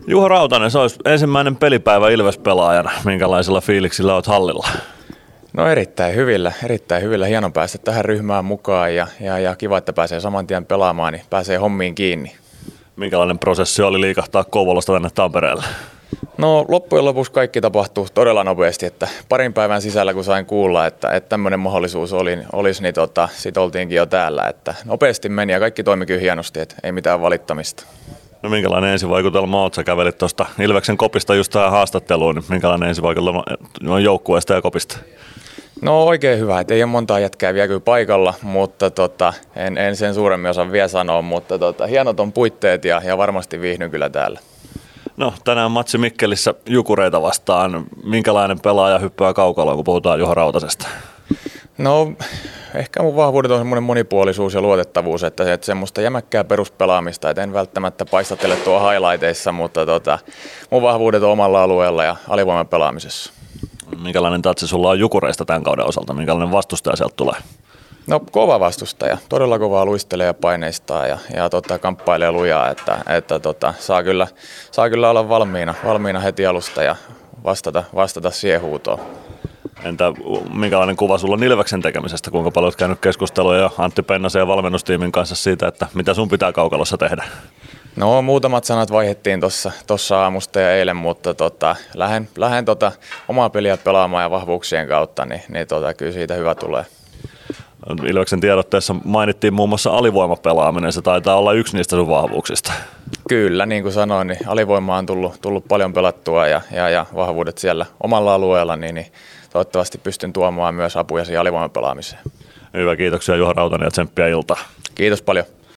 Juho Rautanen, se olisi ensimmäinen pelipäivä Ilves-pelaajana. Minkälaisilla fiiliksillä olet hallilla? No erittäin hyvillä. Hieno päästä tähän ryhmään mukaan ja kiva, että pääsee saman tien pelaamaan, niin pääsee hommiin kiinni. Minkälainen prosessi oli liikahtaa Kouvolasta tänne Tampereelle? No loppujen lopuksi kaikki tapahtui todella nopeasti, että parin päivän sisällä kun sain kuulla, että tämmöinen mahdollisuus olisi, niin sit oltiinkin jo täällä. Että nopeasti meni ja kaikki toimi kyllä hienosti, että ei mitään valittamista. No minkälainen ensivaikutelma olet? Sä kävelit tuosta Ilveksen kopista just tähän haastatteluun, niin minkälainen ensivaikutelma on joukkueesta ja kopista? No oikein hyvä, että ei ole montaa jätkää vielä kyllä paikalla, mutta en sen suuremmin osaa vielä sanoa, mutta hienot on puitteet ja varmasti viihdyn kyllä täällä. No tänään matsi Mikkelissä Jukureita vastaan. Minkälainen pelaaja hyppää kaukaloon, kun puhutaan Juho Rautasesta? No ehkä mun vahvuudet on semmoinen monipuolisuus ja luotettavuus, että semmoista jämäkkää peruspelaamista, että en välttämättä paistatele tuo highlighteissa, mutta mun vahvuudet on omalla alueella ja alivoiman pelaamisessa. Minkälainen tatsi sulla on Jukureista tämän kauden osalta? Minkälainen vastustaja sieltä tulee? No kova vastustaja, todella kovaa luistelee ja paineistaa ja kamppailee lujaa, että saa kyllä olla valmiina heti alusta ja vastata siihen huutoon. Entä minkälainen kuva sulla on Ilveksen tekemisestä? Kuinka paljon olet käynyt keskustelua jo Antti Pennasen ja valmennustiimin kanssa siitä, että mitä sun pitää kaukalossa tehdä? No muutamat sanat vaihdettiin tuossa aamusta ja eilen, mutta lähden omaa peliä pelaamaan ja vahvuuksien kautta, niin kyllä siitä hyvä tulee. Ilveksen tiedotteessa mainittiin muun muassa alivoimapelaaminen, se taitaa olla yksi niistä sun vahvuuksista. Kyllä, niin kuin sanoin, niin alivoimaa on tullut paljon pelattua ja vahvuudet siellä omalla alueella, niin toivottavasti pystyn tuomaan myös apuja siihen alivoimapelaamiseen. Hyvä, kiitoksia Juho Rautanen ja tsemppiä iltaa. Kiitos paljon.